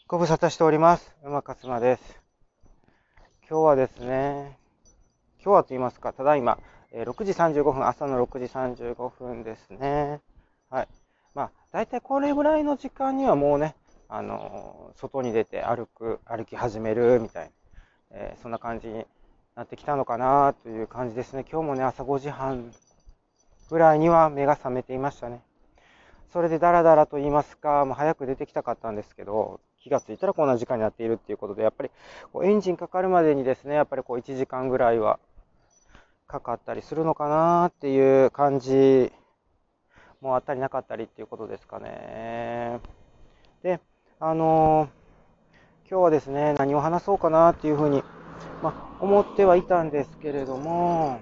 ご無沙汰しております。馬勝間です。今日はですね、今日はと言いますか、ただいま、6時35分、朝の6時35分ですね。はい。大体これぐらいの時間にはもうね、外に出て歩き始めるみたいな、そんな感じになってきたのかなという感じですね。今日もね、朝5時半ぐらいには目が覚めていましたね。それでダラダラと言いますか、早く出てきたかったんですけど、気がついたらこんな時間になっているっていうことで、やっぱりエンジンかかるまでにですね、やっぱり1時間ぐらいはかかったりするのかなっていう感じもあったりなかったりっていうことですかね。で、あの今日はですね、何を話そうかなっていうふうに、思ってはいたんですけれども、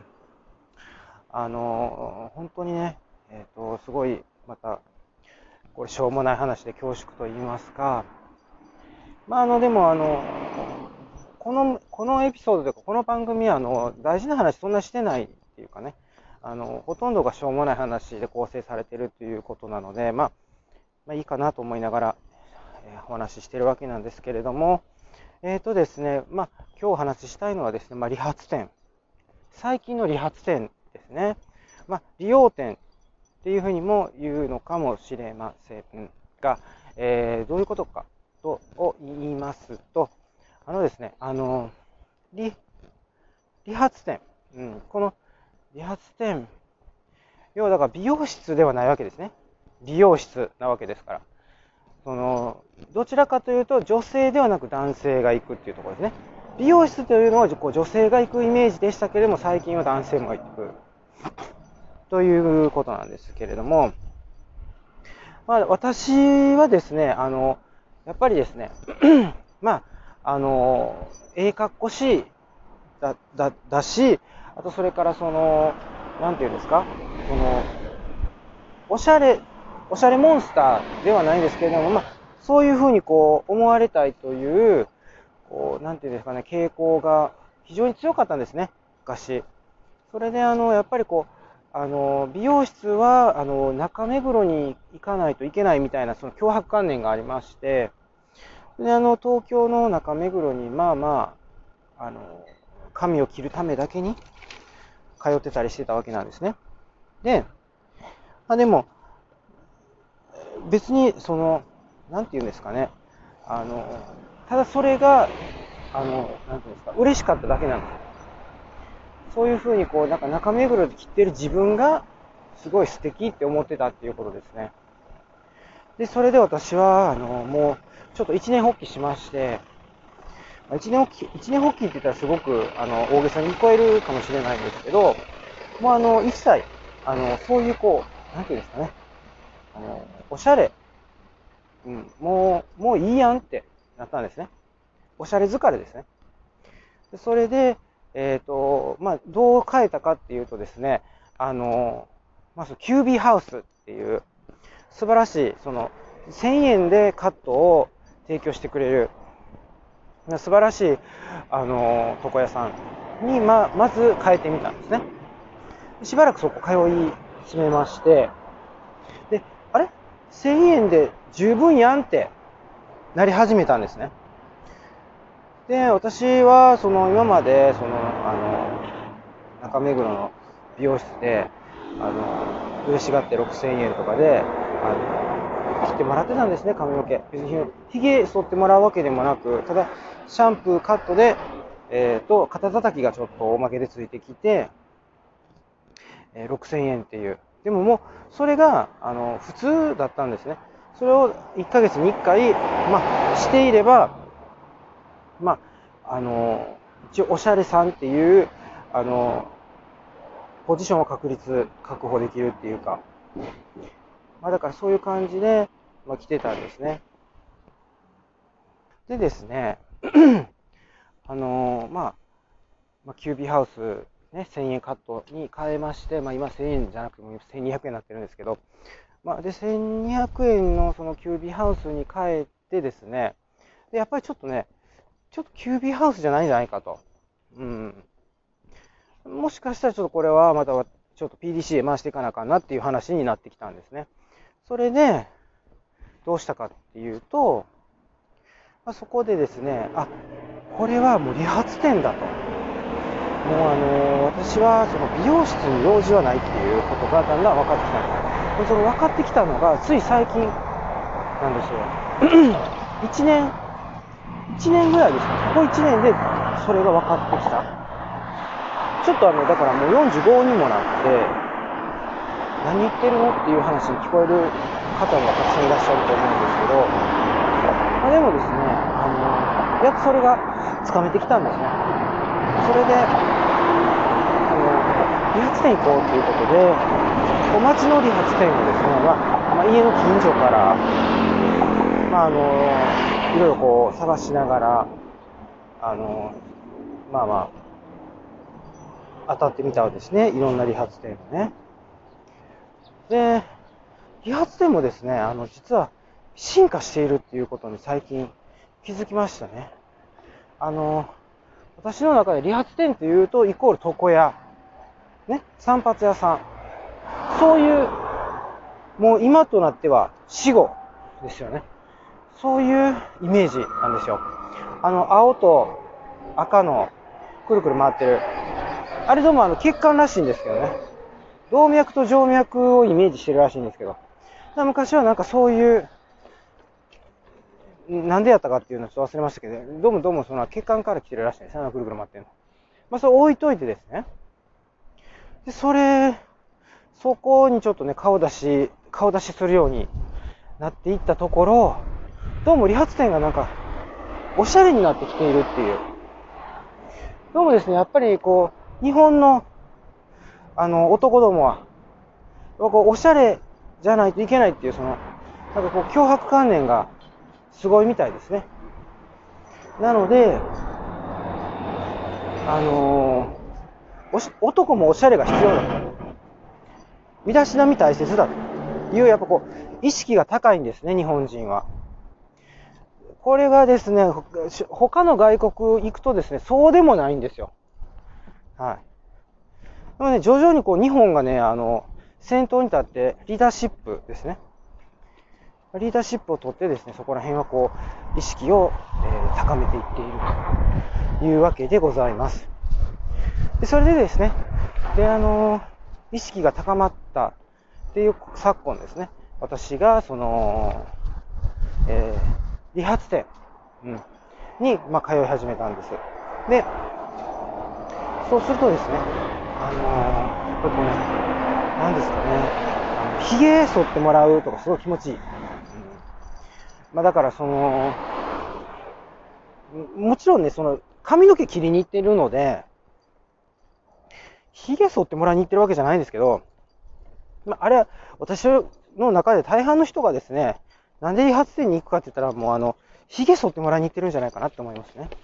本当にね、すごい、また、これしょうもない話で恐縮と言いますか、でもこのエピソードというか、この番組は大事な話そんなしてないっていうかね、ほとんどがしょうもない話で構成されているということなので、いいかなと思いながら、お話ししているわけなんですけれども、ですね、今日お話ししたいのはですね、理髪店。最近の理髪店ですね。理容店っていうふうにも言うのかもしれませんが、どういうことかを言いますと、ですね、理理髪店、この理髪店、要はだから美容室ではないわけですね。理容室なわけですから。どちらかというと女性ではなく男性が行くっていうところですね。美容室というのは女性が行くイメージでしたけれども、最近は男性も行くということなんですけれども、私はですね、やっぱりですね、ええかっこしいだし、あとそれからなんていうんですか、その、おしゃれ、おしゃれモンスターではないんですけれども、そういうふうに思われたいという、なんていうんですかね、傾向が非常に強かったんですね、昔。それでやっぱり美容室は中目黒に行かないといけないみたいなその強迫観念がありまして、で東京の中目黒に髪を切るためだけに通ってたりしてたわけなんですね。で、でも別になんていうんですかね、あのただそれがなんていうんですか、嬉しかっただけなんですよ。そういうふうになんか中目黒で切ってる自分がすごい素敵って思ってたっていうことですね。で、それで私は、もう、ちょっと一年発起しまして、一年発起って言ったらすごく、大げさに聞こえるかもしれないんですけど、もう一切、そういうなんていうんですかね、おしゃれ、もういいやんってなったんですね。おしゃれ疲れですね。でそれで、どう変えたかっていうとですね、キュービーハウスっていう、素晴らしい、1000円でカットを提供してくれる、素晴らしい、床屋さんに、まず変えてみたんですね。しばらくそこ通い詰めまして、で、あれ ?1000 円で十分やんってなり始めたんですね。で、私は、今まで、中目黒の美容室で、嬉しがって6000円とかで、切ってもらってたんですね、髪の毛。別に、髭剃ってもらうわけでもなく、ただ、シャンプーカットで、肩叩きがちょっとおまけでついてきて、6000円っていう。でももう、それが、普通だったんですね。それを1ヶ月に1回、していれば、ま一応、おしゃれさんっていう、あの、ポジションを確保できるっていうか、だからそういう感じで、来てたんですね。でですね、キュービーハウス、ね、1000円カットに変えまして、今1000円じゃなくても1200円になってるんですけど、で、1200円のそのキュービーハウスに変えてですね、で、やっぱりちょっとね、ちょっとキュービーハウスじゃないんじゃないかと。うん。もしかしたらちょっとこれはまたちょっと PDC へ回していかなあかんなっていう話になってきたんですね。それで、どうしたかっていうと、 そこでですね、これはもう理髪店だと。もう私はその美容室に用事はないっていうことがだんだん分かってきたんです。その分かってきたのがつい最近なんですよ。1年ぐらいですね。ここ1年でそれが分かってきた。ちょっとだからもう45にもなって、何言ってるのっていう話に聞こえる方もたくさんいらっしゃると思うんですけど、でもですね、やっとそれがつかめてきたんですね。それで、理髪店行こうということで、街の理髪店をですね、家の近所から、いろいろこう探しながら、当たってみたんですね。いろんな理髪店をね。で、理髪店もですね、実は進化しているっていうことに最近気づきましたね。私の中で理髪店というとイコール床屋、ね、散髪屋さん、そういうもう今となっては死後ですよね。そういうイメージなんですよ。青と赤のくるくる回ってる、あれどうも血管らしいんですけどね。動脈と静脈をイメージしてるらしいんですけど、昔はなんかそういうなんでやったかっていうのをちょっと忘れましたけど、どうもその血管から来てるらしいんですよ。くるくる回ってるの。それ置いといてですね。で、そこにちょっとね、顔出しするようになっていったところ、どうも理髪店がなんか、おしゃれになってきているっていう。どうもですね、やっぱりこう、日本の、男どもは、おしゃれじゃないといけないっていう、なんかこう、脅迫観念がすごいみたいですね。なので、男もおしゃれが必要だと。身だしなみ大切だという、やっぱこう、意識が高いんですね、日本人は。これがですね、他の外国行くとですね、そうでもないんですよ。はい。でもね、徐々にこう、日本がね、先頭に立ってリーダーシップですね。リーダーシップを取ってですね、そこら辺はこう、意識を、高めていっているというわけでございます。でそれでですね、で、意識が高まったっていう昨今ですね、私が、理髪店、に、通い始めたんです。で、そうするとですね、これね、何ですかね、髭剃ってもらうとかすごい気持ちいい。だからもちろんね、髪の毛切りに行ってるので、髭剃ってもらいに行ってるわけじゃないんですけど、あれは私の中で大半の人がですね、なんで理髪店に行くかって言ったら、もう髭剃ってもらいに行ってるんじゃないかなって思いますね。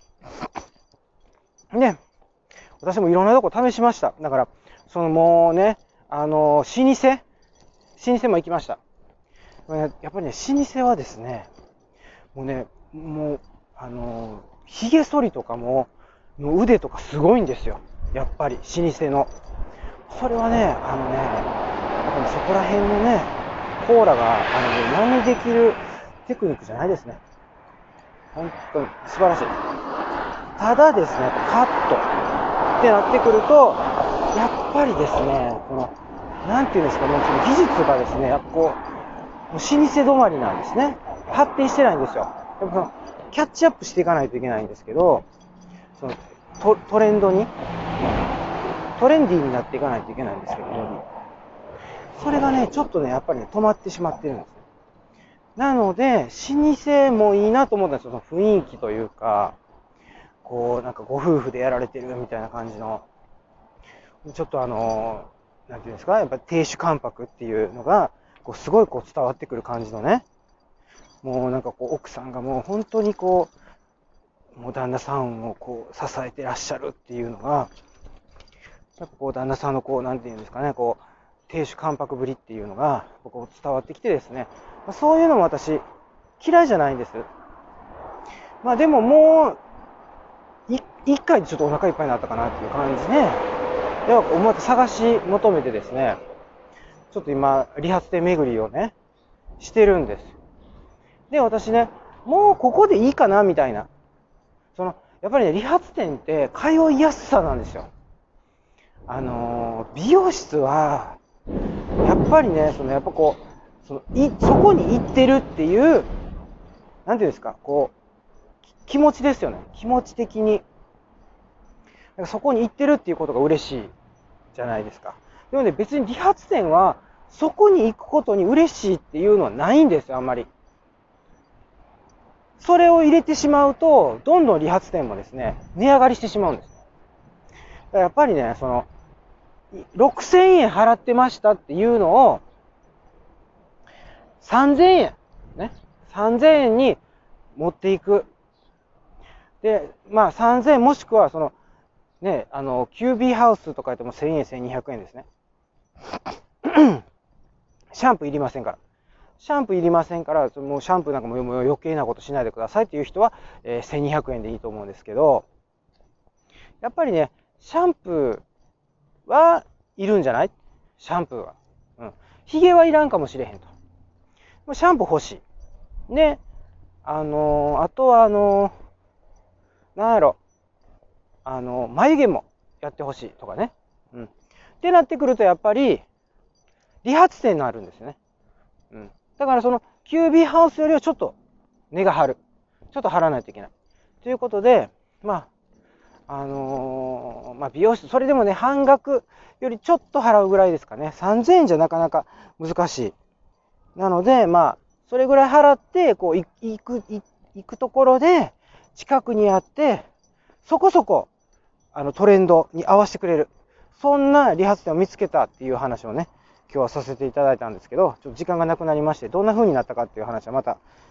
で、私もいろんなとこ試しました。だから、もうね、老舗も行きました。やっぱりね、老舗はですね、もう、髭剃りとかも腕とかすごいんですよ。やっぱり、老舗の。それはね、やっぱりそこら辺のね、コーラが、真似できるテクニックじゃないですね。本当に素晴らしい。ただですね、カットってなってくると、やっぱりですね、なんていうんですかね、その技術がですね、やっぱこう、もう老舗止まりなんですね。発展してないんですよ。やっぱキャッチアップしていかないといけないんですけど、トレンドに、トレンディーになっていかないといけないんですけど、それがね、ちょっとね、やっぱりね、止まってしまってるんです。なので、老舗もいいなと思ったんですよ。その雰囲気というか、こう、なんかご夫婦でやられてるみたいな感じの、ちょっとなんていうんですか、やっぱ亭主関白っていうのが、こうすごいこう伝わってくる感じのね、もうなんかこう奥さんがもう本当にこう、もう旦那さんをこう支えてらっしゃるっていうのが、やっぱこう旦那さんのこう、なんていうんですかね、こう、亭主関白ぶりっていうのが、こう伝わってきてですね、そういうのも私、嫌いじゃないんです。でももう、一回でちょっとお腹いっぱいになったかなっていう感じで、では思わず探し求めてですね、ちょっと今、理髪店巡りをね、してるんです。で、私ね、 もうここでいいかなみたいな。やっぱりね、理髪店って通いやすさなんですよ。美容室は、やっぱりね、やっぱこう、そこに行ってるっていう、なんていうんですか、こう、気持ちですよね。気持ち的に。そこに行ってるっていうことが嬉しいじゃないですか。でもね、別に理髪店は、そこに行くことに嬉しいっていうのはないんですよ、あんまり。それを入れてしまうと、どんどん理髪店もですね、値上がりしてしまうんです。だからやっぱりね、6000円払ってましたっていうのを、3000円、ね、3000円に持っていく。で、まあ3000円もしくはね、キュービーハウスとか言っても1000円、1200円ですね。シャンプーいりませんから。シャンプーいりませんから、もうシャンプーなんかも余計なことしないでくださいっていう人は、1200円でいいと思うんですけど、やっぱりね、シャンプーはいるんじゃない？シャンプーは。うん。髭はいらんかもしれへんと。シャンプー欲しい。で、あとはなんやろ、眉毛もやってほしいとかね。うん。ってなってくると、やっぱり、理髪店になるんですよね。うん。だからキュービーハウスよりはちょっと値が張る。ちょっと張らないといけない。ということで、まあ、美容室、それでもね、半額よりちょっと払うぐらいですかね。3000円じゃなかなか難しい。なので、それぐらい払って、こう、行くところで、近くにあって、そこそこ、トレンドに合わせてくれる。そんな理髪店を見つけたっていう話をね、今日はさせていただいたんですけど、ちょっと時間がなくなりまして、どんな風になったかっていう話はまた、